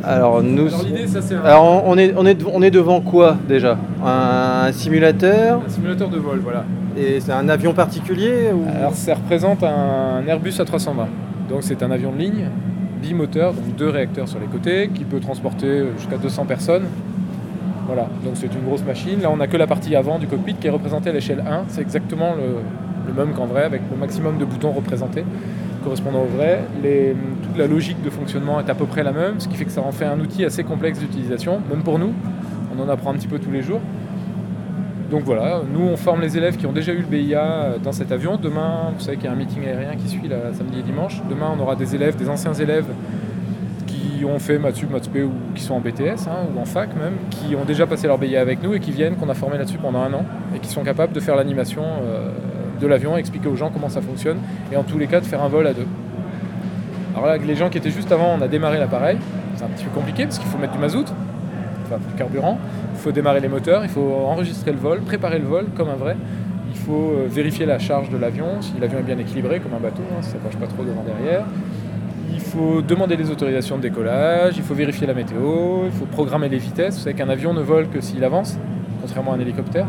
Alors l'idée, ça c'est on est devant quoi déjà? Un simulateur? un simulateur de vol, voilà. Et c'est un avion particulier ou... Alors ça représente un Airbus A320. Donc c'est un avion de ligne, bimoteur, donc 2 réacteurs sur les côtés, qui peut transporter jusqu'à 200 personnes. Voilà, donc c'est une grosse machine. Là on n'a que la partie avant du cockpit qui est représentée à l'échelle 1. C'est exactement le même qu'en vrai, avec le maximum de boutons représentés correspondant au vrai. Toute la logique de fonctionnement est à peu près la même, ce qui fait que ça en fait un outil assez complexe d'utilisation, même pour nous. On en apprend un petit peu tous les jours. Donc voilà, nous on forme les élèves qui ont déjà eu le BIA dans cet avion. Demain, vous savez qu'il y a un meeting aérien qui suit là, samedi et dimanche. Demain on aura des élèves, des anciens élèves qui ont fait maths sup, maths spé ou qui sont en BTS ou en fac même, qui ont déjà passé leur BIA avec nous et qui viennent, qu'on a formé là-dessus pendant 1 an et qui sont capables de faire l'animation de l'avion, expliquer aux gens comment ça fonctionne et en tous les cas de faire un vol à 2. Alors là, avec les gens qui étaient juste avant, on a démarré l'appareil. C'est un petit peu compliqué parce qu'il faut mettre du mazout, enfin du carburant. Il faut démarrer les moteurs, il faut enregistrer le vol, préparer le vol comme un vrai. Il faut vérifier la charge de l'avion, si l'avion est bien équilibré comme un bateau, si ça ne penche pas trop devant derrière. Il faut demander les autorisations de décollage, il faut vérifier la météo, il faut programmer les vitesses. Vous savez qu'un avion ne vole que s'il avance, contrairement à un hélicoptère.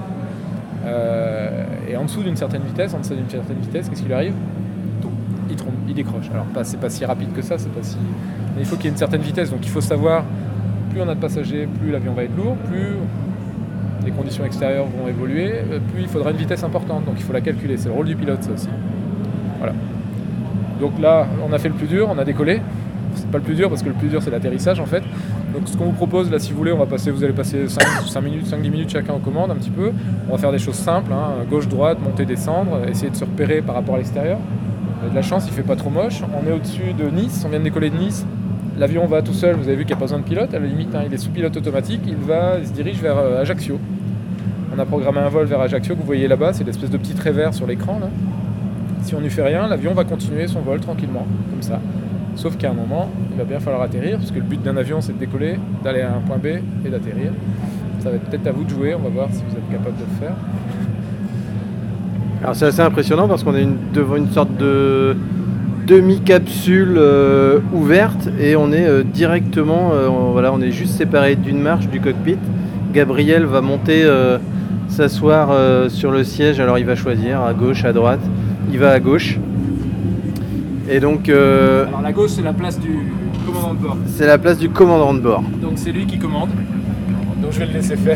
Et en dessous d'une certaine vitesse, qu'est-ce qui lui arrive? Il trompe, il décroche. Alors c'est pas si rapide que ça, mais il faut qu'il y ait une certaine vitesse. Donc il faut savoir, plus on a de passagers, plus l'avion va être lourd, plus les conditions extérieures vont évoluer, plus il faudra une vitesse importante. Donc il faut la calculer, c'est le rôle du pilote ça aussi. Voilà. Donc là, on a fait le plus dur, on a décollé. C'est pas le plus dur parce que le plus dur c'est l'atterrissage en fait. Donc ce qu'on vous propose là, si vous voulez, vous allez passer 5-10 minutes chacun aux commandes un petit peu. On va faire des choses simples, gauche-droite, monter, descendre, essayer de se repérer par rapport à l'extérieur. On a de la chance, il fait pas trop moche. On est au-dessus de Nice, on vient de décoller de Nice. L'avion va tout seul, vous avez vu qu'il n'y a pas besoin de pilote, à la limite il est sous pilote automatique, il se dirige vers Ajaccio. On a programmé un vol vers Ajaccio que vous voyez là-bas, c'est l'espèce de petit trait vert sur l'écran là. Si on n'y fait rien, l'avion va continuer son vol tranquillement, comme ça. Sauf qu'à un moment, il va bien falloir atterrir, parce que le but d'un avion, c'est de décoller, d'aller à un point B et d'atterrir. Ça va être peut-être à vous de jouer, on va voir si vous êtes capable de le faire. Alors c'est assez impressionnant parce qu'on est devant une sorte de demi-capsule ouverte et on est directement, on est juste séparé d'une marche du cockpit. Gabriel va monter, s'asseoir sur le siège, alors il va choisir à gauche, à droite, il va à gauche. Et donc, alors la gauche c'est la place du commandant de bord. C'est la place du commandant de bord. Donc c'est lui qui commande. Donc je vais le laisser faire.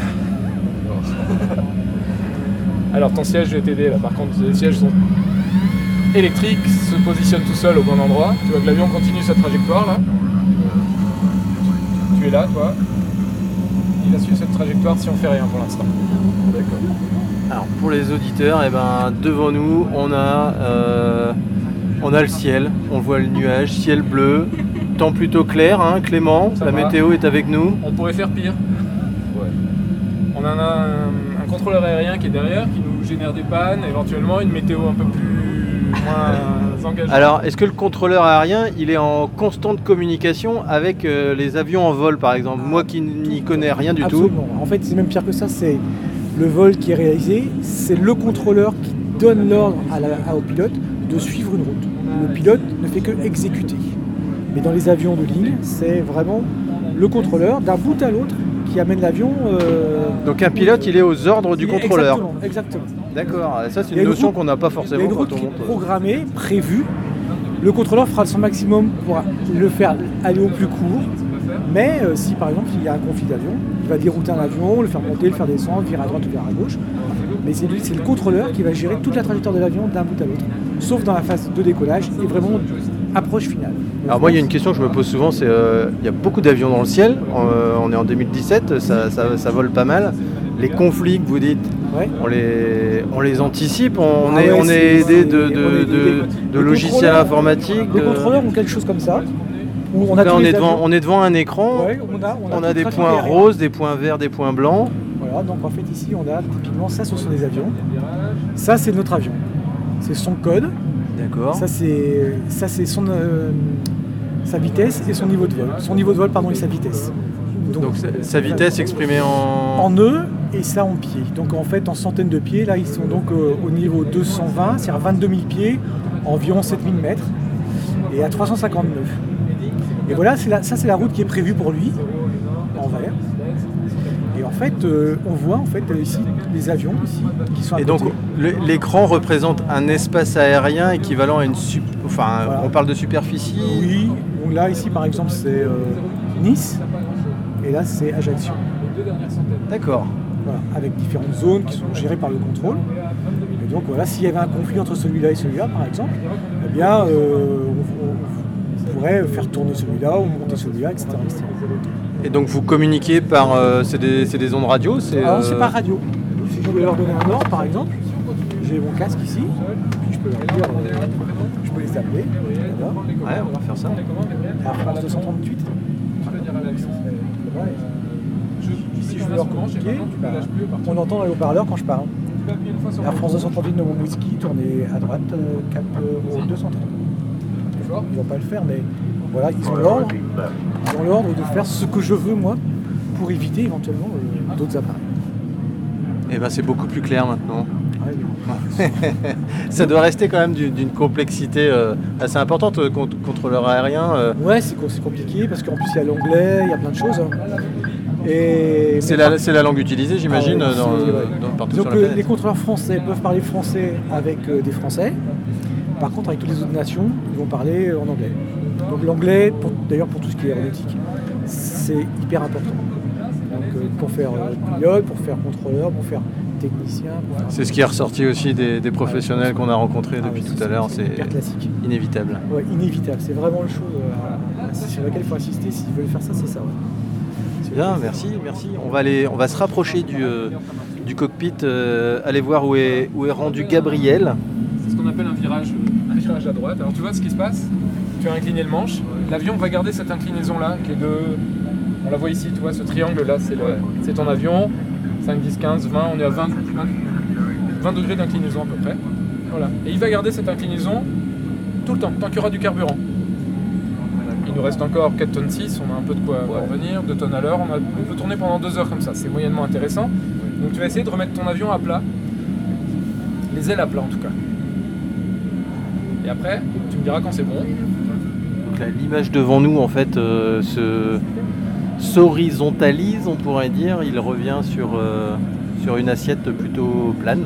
Alors ton siège, je vais t'aider là. Par contre, les sièges sont électriques, se positionnent tout seul au bon endroit. Tu vois que l'avion continue sa trajectoire là. Tu es là, toi. Il va suivre cette trajectoire si on fait rien pour l'instant. D'accord. Alors pour les auditeurs, devant nous, on a le ciel, on voit le nuage, ciel bleu, temps plutôt clair, clément, la météo est avec nous. On pourrait faire pire. Ouais. On en a un contrôleur aérien qui est derrière, qui nous génère des pannes, éventuellement une météo un peu moins engagée. Alors, est-ce que le contrôleur aérien, il est en constante communication avec les avions en vol, par exemple? Moi qui n'y connais rien du tout. En fait, c'est même pire que ça, c'est le vol qui est réalisé, c'est le contrôleur qui donne l'ordre au pilote de suivre une route. Le pilote ne fait que exécuter. Mais dans les avions de ligne, c'est vraiment le contrôleur d'un bout à l'autre qui amène l'avion. Donc un pilote, il est aux ordres du contrôleur. Exactement. D'accord, ça c'est une notion qu'on n'a pas forcément quand on monte. Programmé, prévu. Le contrôleur fera de son maximum pour le faire aller au plus court. Mais si par exemple il y a un conflit d'avion, il va dérouter un avion, le faire monter, le faire descendre, virer à droite ou virer à gauche. Mais c'est le contrôleur qui va gérer toute la trajectoire de l'avion d'un bout à l'autre, sauf dans la phase de décollage et vraiment approche finale. Donc, alors moi il y a une question que je me pose souvent, c'est il y a beaucoup d'avions dans le ciel, on est en 2017, ça vole pas mal. Les conflits que vous dites, ouais. on les anticipe, on est aidé de logiciels informatiques. Les contrôleurs ont quelque chose comme ça. On est devant un écran, ouais, on a des points roses, des points verts, des points blancs. Voilà, donc en fait ici on a typiquement ça, ce sont des avions. Ça c'est notre avion, c'est son code. D'accord. Ça c'est sa vitesse et son niveau de vol. Son niveau de vol et sa vitesse. Donc sa vitesse exprimée en nœuds et ça en pieds. Donc en fait en centaines de pieds, là ils sont donc au niveau 220, c'est-à-dire 22 000 pieds, environ 7 000 mètres et à 350 nœuds. Et voilà, ça c'est la route qui est prévue pour lui, en vert. Et en fait, on voit ici les avions ici, qui sont à Et côté. donc l'écran représente un espace aérien équivalent à une Voilà. on parle de superficie. Oui, donc là ici par exemple c'est Nice, et là c'est Ajaccio. D'accord. Voilà, avec différentes zones qui sont gérées par le contrôle. Et donc voilà, s'il y avait un conflit entre celui-là et celui-là par exemple, eh bien on pourrait faire tourner celui-là ou monter celui-là, etc. Et donc vous communiquez par c'est des ondes radio, Alors c'est pas radio. Si je voulais leur donner un ordre par exemple, j'ai mon casque ici, puis je peux leur dire, je peux les appeler. Voilà. Ouais, on va faire ça. À France 238. Si je veux leur communiquer, on entend dans les haut-parleurs quand je parle. Air France 238 de mon whisky, tournez à droite, cap au 230. Ils ne vont pas le faire, mais voilà, ils ont l'ordre. Ils ont l'ordre de faire ce que je veux moi, pour éviter éventuellement d'autres appareils. Et ben c'est beaucoup plus clair maintenant. Ouais, Ça doit rester quand même d'une complexité assez importante, contrôleur aérien. ouais, c'est compliqué parce qu'en plus il y a l'anglais, il y a plein de choses. Et C'est la langue utilisée, j'imagine, Ah ouais, partout donc sur la planète. les contrôleurs français peuvent parler français avec des Français. Par contre, avec toutes les autres nations, ils vont parler en anglais. Donc l'anglais, d'ailleurs pour tout ce qui est aéronautique, c'est hyper important. Donc pour faire pilote, pour faire contrôleur, pour faire technicien. C'est ce qui est ressorti aussi des professionnels qu'on a rencontrés depuis tout à l'heure. C'est hyper classique. inévitable. Ouais, inévitable. C'est vraiment le chose sur laquelle il faut insister. S'ils veulent faire ça, c'est ça. Ouais. Bien, merci. On va se rapprocher du cockpit, aller voir où est rendu Gabriel. C'est ce qu'on appelle un virage à droite. Alors tu vois ce qui se passe? Tu as incliné le manche. L'avion va garder cette inclinaison-là, qui est de... On la voit ici, tu vois, ce triangle-là, c'est ton avion. 5, 10, 15, 20, on est à 20 degrés d'inclinaison à peu près. Voilà. Et il va garder cette inclinaison tout le temps, tant qu'il y aura du carburant. Il nous reste encore 4 tonnes 6, on a un peu de quoi revenir, 2 tonnes à l'heure. On peut tourner pendant 2 heures comme ça, c'est moyennement intéressant. Donc tu vas essayer de remettre ton avion à plat. Les ailes à plat en tout cas. Et après, tu me diras quand c'est bon. Donc là, l'image devant nous, en fait, s'horizontalise, on pourrait dire. Il revient sur une assiette plutôt plane.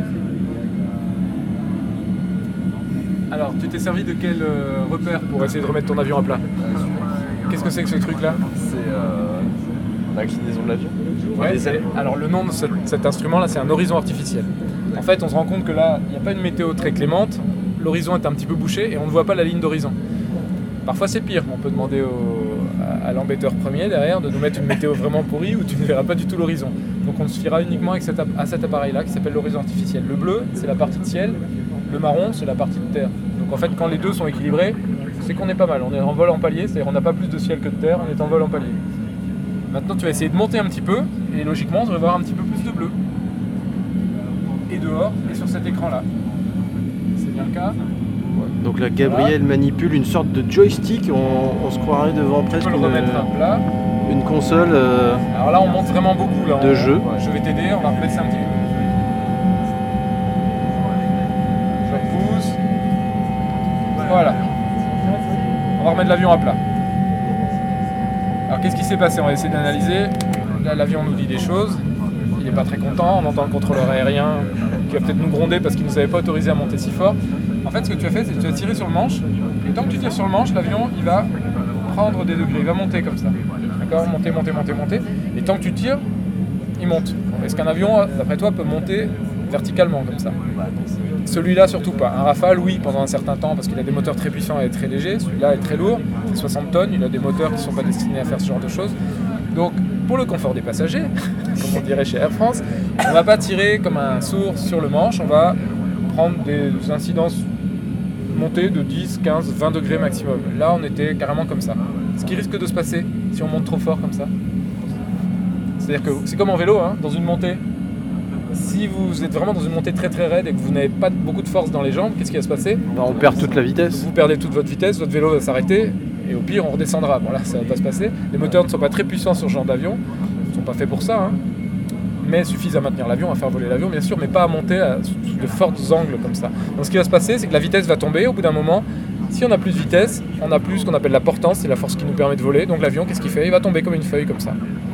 Alors, tu t'es servi de quel repère pour essayer de remettre ton avion à plat? Qu'est-ce que c'est que ce truc-là? C'est l'inclinaison de l'avion. Ouais, alors le nom de cet instrument-là, c'est un horizon artificiel. En fait, on se rend compte que là, il n'y a pas une météo très clémente. L'horizon est un petit peu bouché et on ne voit pas la ligne d'horizon. Parfois c'est pire, on peut demander à l'embêteur premier derrière de nous mettre une météo vraiment pourrie où tu ne verras pas du tout l'horizon. Donc on se fiera uniquement avec cet appareil-là qui s'appelle l'horizon artificiel. Le bleu, c'est la partie de ciel, le marron, c'est la partie de terre. Donc en fait, quand les deux sont équilibrés, c'est qu'on est pas mal. On est en vol en palier, c'est-à-dire on n'a pas plus de ciel que de terre, on est en vol en palier. Maintenant tu vas essayer de monter un petit peu et logiquement on devrait voir un petit peu plus de bleu. Et dehors, et sur cet écran-là. C'est bien le cas. Donc là, Gabriel manipule une sorte de joystick, on se croirait devant presque On peut le remettre à plat. une console Alors là, on monte vraiment beaucoup là. de jeu. Je vais t'aider, on va rebaisser un petit peu. Je repousse. Voilà. On va remettre l'avion à plat. Alors qu'est-ce qui s'est passé? On va essayer d'analyser. Là, l'avion nous dit des choses. Il n'est pas très content. On entend le contrôleur aérien qui va peut-être nous gronder parce qu'il ne nous avait pas autorisé à monter si fort. En fait, ce que tu as fait, c'est que tu as tiré sur le manche. Et tant que tu tires sur le manche, l'avion, il va prendre des degrés. Il va monter comme ça. D'accord? Monter. Et tant que tu tires, il monte. Est-ce qu'un avion, d'après toi, peut monter verticalement comme ça? Celui-là, surtout pas. Un Rafale, oui, pendant un certain temps, parce qu'il a des moteurs très puissants et très légers. Celui-là est très lourd, c'est 60 tonnes. Il a des moteurs qui ne sont pas destinés à faire ce genre de choses. Donc, pour le confort des passagers, comme on dirait chez Air France, on ne va pas tirer comme un sourd sur le manche. On va prendre des incidences montées de 10, 15, 20 degrés maximum. Là, on était carrément comme ça. Ce qui risque de se passer si on monte trop fort comme ça, c'est-à-dire que c'est comme en vélo, hein, dans une montée. Si vous êtes vraiment dans une montée très très raide et que vous n'avez pas beaucoup de force dans les jambes, qu'est-ce qui va se passer? On perd toute la vitesse. Vous perdez toute votre vitesse, votre vélo va s'arrêter et au pire on redescendra. Bon là ça va pas se passer. Les moteurs ne sont pas très puissants sur ce genre d'avion, ils ne sont pas faits pour ça, hein. Mais suffisent à maintenir l'avion, à faire voler l'avion bien sûr, mais pas à monter sous de forts angles comme ça. Donc ce qui va se passer, c'est que la vitesse va tomber au bout d'un moment Si on a plus de vitesse, on a plus ce qu'on appelle la portance, c'est la force qui nous permet de voler. Donc l'avion, qu'est-ce qu'il fait? Il va tomber comme une feuille, comme ça.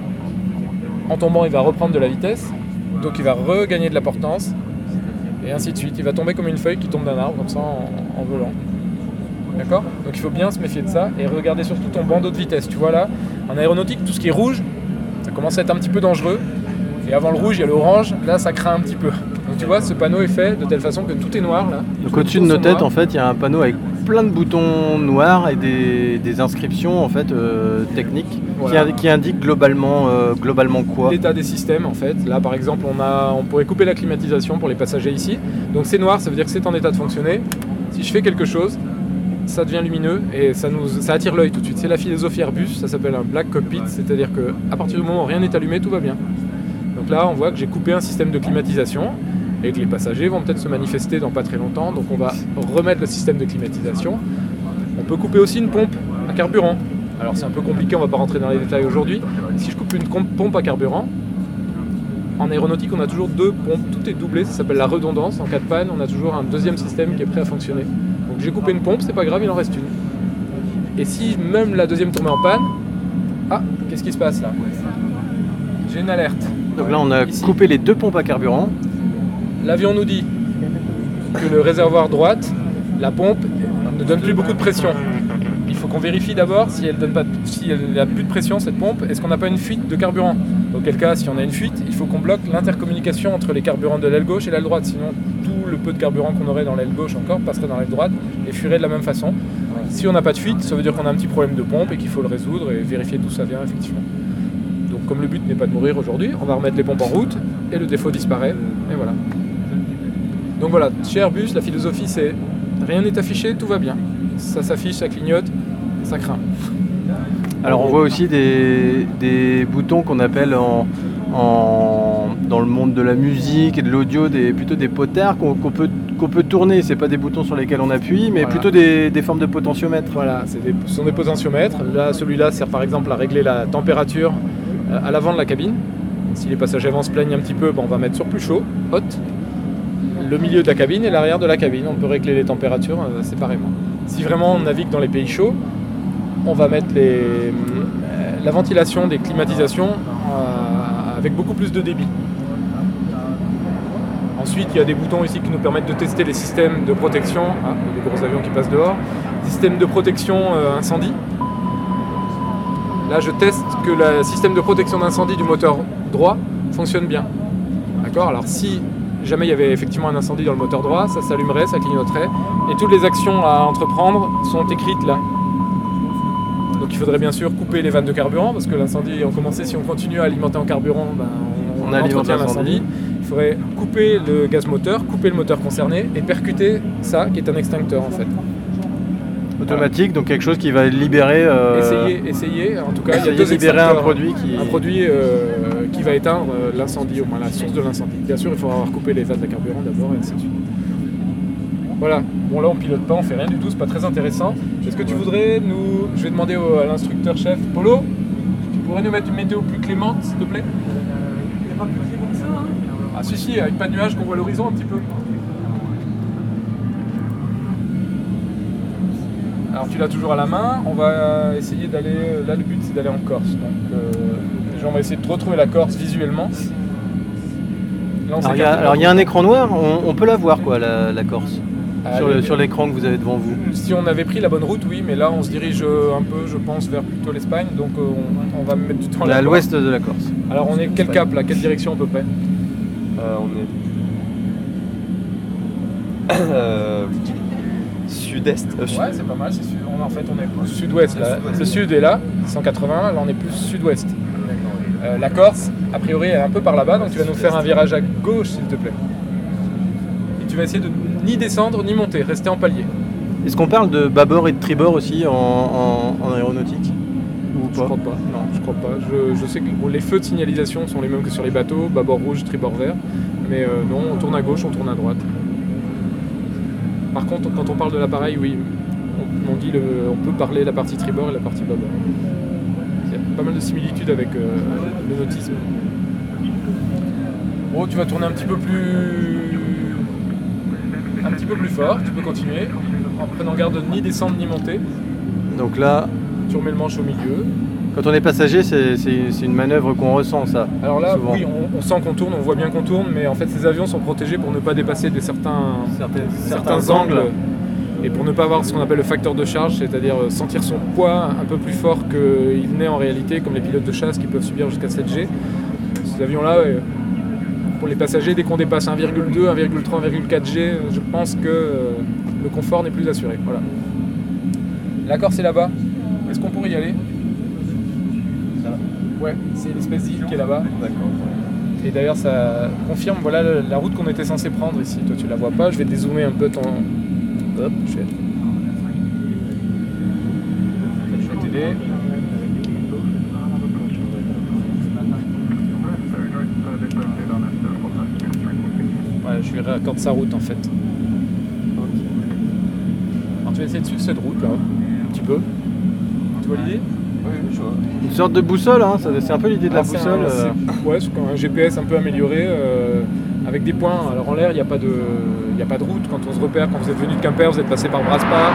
En tombant, il va reprendre de la vitesse, donc il va regagner de la portance, et ainsi de suite. Il va tomber comme une feuille qui tombe d'un arbre, comme ça, en volant. D'accord? Donc il faut bien se méfier de ça, et regarder surtout ton bandeau de vitesse. Tu vois là, en aéronautique, tout ce qui est rouge, ça commence à être un petit peu dangereux. Et avant le rouge, il y a l'orange, là ça craint un petit peu. Donc tu vois, ce panneau est fait de telle façon que tout est noir là. Donc au-dessus de nos têtes, en fait, il y a un panneau avec plein de boutons noirs et des inscriptions en fait techniques Voilà. qui indiquent globalement quoi? L'état des systèmes en fait. Là par exemple, on pourrait couper la climatisation pour les passagers ici. Donc c'est noir, ça veut dire que c'est en état de fonctionner. Si je fais quelque chose, ça devient lumineux et ça attire l'œil tout de suite. C'est la philosophie Airbus, ça s'appelle un black cockpit, c'est-à-dire qu'à partir du moment où rien n'est allumé, tout va bien. Donc là, on voit que j'ai coupé un système de climatisation et que les passagers vont peut-être se manifester dans pas très longtemps. Donc on va remettre le système de climatisation. On peut couper aussi une pompe à carburant. Alors c'est un peu compliqué, on ne va pas rentrer dans les détails aujourd'hui. Si je coupe une pompe à carburant, en aéronautique, on a toujours 2 pompes, tout est doublé, ça s'appelle la redondance. En cas de panne, on a toujours un deuxième système qui est prêt à fonctionner. Donc j'ai coupé une pompe, c'est pas grave, il en reste une. Et si même la deuxième tombait en panne, qu'est-ce qui se passe là? J'ai une alerte. Donc là, on a coupé les 2 pompes à carburant. L'avion nous dit que le réservoir droite, la pompe, ne donne plus beaucoup de pression. Il faut qu'on vérifie d'abord si elle n'a plus de pression, cette pompe, est-ce qu'on n'a pas une fuite de carburant. Dans quel cas, si on a une fuite, il faut qu'on bloque l'intercommunication entre les carburants de l'aile gauche et l'aile droite. Sinon, tout le peu de carburant qu'on aurait dans l'aile gauche encore passerait dans l'aile droite et fuirait de la même façon. Si on n'a pas de fuite, ça veut dire qu'on a un petit problème de pompe et qu'il faut le résoudre et vérifier d'où ça vient effectivement. Donc comme le but n'est pas de mourir aujourd'hui, on va remettre les pompes en route et le défaut disparaît, et voilà. Donc voilà, chez Airbus, la philosophie c'est rien n'est affiché, tout va bien. Ça s'affiche, ça clignote, ça craint. Alors on voit aussi des boutons qu'on appelle dans le monde de la musique et de l'audio plutôt des potards qu'on peut tourner. C'est pas des boutons sur lesquels on appuie, mais Voilà. plutôt des formes de potentiomètres. Voilà, ce sont des potentiomètres. Là, celui-là sert par exemple à régler la température à l'avant de la cabine. Si les passagers avant se plaignent un petit peu, on va mettre sur plus chaud, hot, le milieu de la cabine et l'arrière de la cabine. On peut régler les températures séparément. Si vraiment on navigue dans les pays chauds, on va mettre la ventilation des climatisations avec beaucoup plus de débit. Ensuite, il y a des boutons ici qui nous permettent de tester les systèmes de protection. Il y a des gros avions qui passent dehors. Système de protection incendie. Là, je teste que le système de protection d'incendie du moteur droit fonctionne bien. D'accord? Alors, si jamais il y avait effectivement un incendie dans le moteur droit, ça s'allumerait, ça clignoterait. Et toutes les actions à entreprendre sont écrites là. Donc, il faudrait bien sûr couper les vannes de carburant parce que l'incendie est commencé. Si on continue à alimenter en carburant, on entretient l'incendie. Il faudrait couper le gaz moteur, couper le moteur concerné et percuter ça qui est un extincteur en fait. Automatique, donc quelque chose qui va libérer. Essayer. En tout cas, il y a 2 libérer un extincteurs. produit qui va éteindre l'incendie, au moins la source de l'incendie. Bien sûr, il faudra avoir coupé les vannes de carburant d'abord et ainsi de suite. Voilà. Bon là, on pilote pas, on fait rien du tout, c'est pas très intéressant. Est-ce que tu voudrais nous... Je vais demander à l'instructeur chef, Polo, tu pourrais nous mettre une météo plus clémente, s'il te plaît? Il n'y a pas plus clément que ça, hein. Ah si, avec pas de nuages, qu'on voit l'horizon un petit peu. Alors tu l'as toujours à la main, on va essayer d'aller... Là le but c'est d'aller en Corse, donc déjà on va essayer de retrouver la Corse visuellement. Là, Alors il y a un écran noir, on peut la voir quoi, la Corse, sur l'écran que vous avez devant vous. Si on avait pris la bonne route, oui, mais là on se dirige un peu, je pense, vers plutôt l'Espagne, donc on va mettre du temps là. À l'ouest de la Corse. Alors on est quel cap là, quelle direction à peu près? On est sud-est. Ouais, c'est pas mal. En fait, on est plus sud-ouest. Là. Le sud est là, 180. Là, on est plus sud-ouest. La Corse, a priori, elle est un peu par là-bas. Donc, tu vas nous faire un virage à gauche, s'il te plaît. Et tu vas essayer de ni descendre ni monter, rester en palier. Est-ce qu'on parle de bâbord et de tribord aussi en aéronautique? Ou Je pas? crois pas. Non, je crois pas. Je sais que les feux de signalisation sont les mêmes que sur les bateaux, bâbord rouge, tribord vert. Mais non, on tourne à gauche, on tourne à droite. Par contre, quand on parle de l'appareil, oui, on peut parler la partie tribord et la partie bâbord. Il y a pas mal de similitudes avec le nautisme. Bon, tu vas tourner un petit peu plus fort, tu peux continuer. en prenant garde de ni descendre ni monter. Donc là, Tu remets le manche au milieu. quand on est passager, c'est une manœuvre qu'on ressent, ça. Alors là, souvent. oui, on sent qu'on tourne, on voit bien qu'on tourne, mais en fait ces avions sont protégés pour ne pas dépasser certains angles et pour ne pas avoir ce qu'on appelle le facteur de charge, c'est-à-dire sentir son poids un peu plus fort qu'il n'est en réalité, comme les pilotes de chasse qui peuvent subir jusqu'à 7G. Ces avions-là, pour les passagers, dès qu'on dépasse 1,2, 1,3, 1,4G, je pense que le confort n'est plus assuré. Voilà. L'accord, c'est là-bas. Est-ce qu'on pourrait y aller? Ouais, c'est l'espèce d'île qui est là-bas. D'accord. Et d'ailleurs, ça confirme voilà, la route qu'on était censé prendre ici. Toi, tu la vois pas. Je vais dézoomer un peu ton. Hop, je vais t'aider. Ouais, je lui raccorde sa route en fait. Alors, tu vas essayer de suivre cette route là, un petit peu. Tu vois l'idée? Oui, je vois. Une sorte de boussole, hein, c'est un peu l'idée de la boussole. Ouais, c'est un GPS un peu amélioré avec des points. Alors en l'air, il n'y a pas de route. Quand on se repère, quand vous êtes venu de Quimper, vous êtes passé par Brasparts.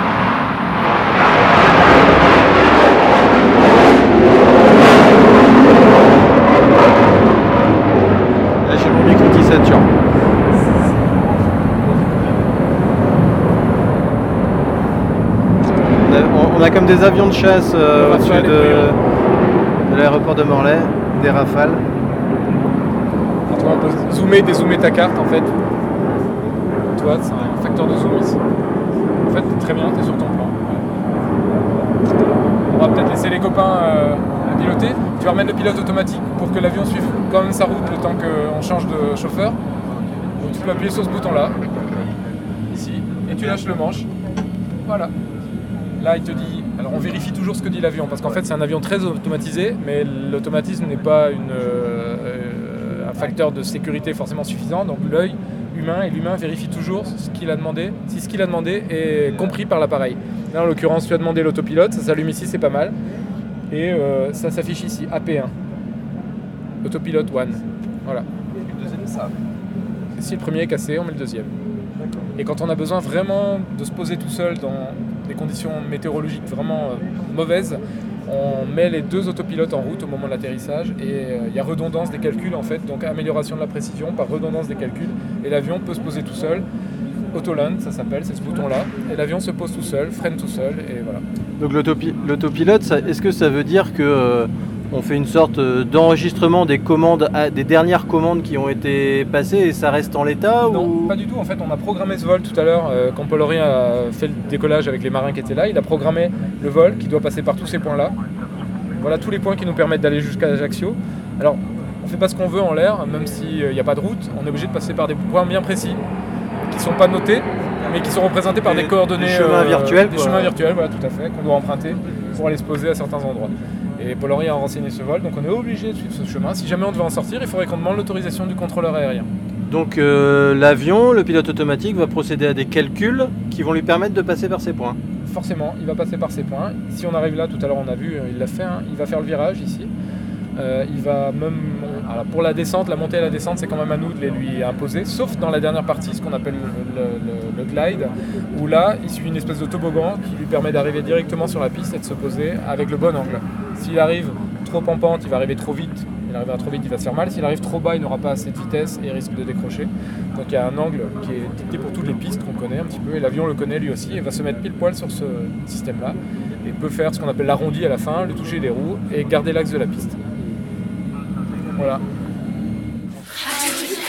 Là, j'ai mon micro qui sature. On a comme des avions de chasse au-dessus de l'aéroport de Morlaix, des Rafales. Alors, toi, on peut zoomer et dézoomer ta carte en fait. Tu vois, c'est un facteur de zoom ici. En fait, t'es très bien, t'es sur ton plan. On va peut-être laisser les copains à piloter. Tu vas remettre le pilote automatique pour que l'avion suive quand même sa route le temps qu'on change de chauffeur. Donc tu peux appuyer sur ce bouton-là, ici, et tu lâches le manche. Voilà. Là, il te dit... Alors, on vérifie toujours ce que dit l'avion, parce qu'en fait, c'est un avion très automatisé, mais l'automatisme n'est pas un facteur de sécurité forcément suffisant. Donc, l'œil humain et l'humain vérifient toujours ce qu'il a demandé, si ce qu'il a demandé est compris par l'appareil. Là, en l'occurrence, tu as demandé l'autopilote, ça s'allume ici, c'est pas mal. Et ça s'affiche ici, AP1. Autopilote 1. Voilà. Et le deuxième, ça. Si le premier est cassé, on met le deuxième. Et quand on a besoin vraiment de se poser tout seul dans des conditions météorologiques vraiment mauvaises, on met les deux autopilotes en route au moment de l'atterrissage et il y a redondance des calculs en fait, donc amélioration de la précision par redondance des calculs et l'avion peut se poser tout seul. Autoland, ça s'appelle, c'est ce bouton-là, et l'avion se pose tout seul, freine tout seul, et voilà. Donc l'autopilote, est-ce que ça veut dire que on fait une sorte d'enregistrement des commandes, des dernières commandes qui ont été passées et ça reste en l'état? Non, ou... pas du tout. En fait, on a programmé ce vol tout à l'heure quand Paul Henry a fait le décollage avec les marins qui étaient là. Il a programmé le vol qui doit passer par tous ces points-là. Voilà tous les points qui nous permettent d'aller jusqu'à Ajaccio. Alors, on ne fait pas ce qu'on veut en l'air, même s'il n'y a pas de route. On est obligé de passer par des points bien précis qui ne sont pas notés, mais qui sont représentés par des coordonnées. Des chemins virtuels. Des chemins virtuels, voilà, tout à fait, qu'on doit emprunter pour aller se poser à certains endroits. Et Paul Henry a renseigné ce vol, donc on est obligé de suivre ce chemin. Si jamais on devait en sortir, il faudrait qu'on demande l'autorisation du contrôleur aérien. Donc l'avion, le pilote automatique va procéder à des calculs qui vont lui permettre de passer par ces points. Forcément, il va passer par ces points. Si on arrive là, tout à l'heure on a vu, il l'a fait, hein, il va faire le virage ici. Il va même... Alors pour la descente, la montée et la descente, c'est quand même à nous de les lui imposer, sauf dans la dernière partie, ce qu'on appelle le glide, où là, il suit une espèce de toboggan qui lui permet d'arriver directement sur la piste et de se poser avec le bon angle. S'il arrive trop en pente, il va arriver trop vite. Il arrivera trop vite, il va se faire mal. S'il arrive trop bas, il n'aura pas assez de vitesse et il risque de décrocher. Donc il y a un angle qui est dicté pour toutes les pistes qu'on connaît un petit peu, et l'avion le connaît lui aussi, et va se mettre pile poil sur ce système-là, et peut faire ce qu'on appelle l'arrondi à la fin, le toucher des roues, et garder l'axe de la piste. Voilà.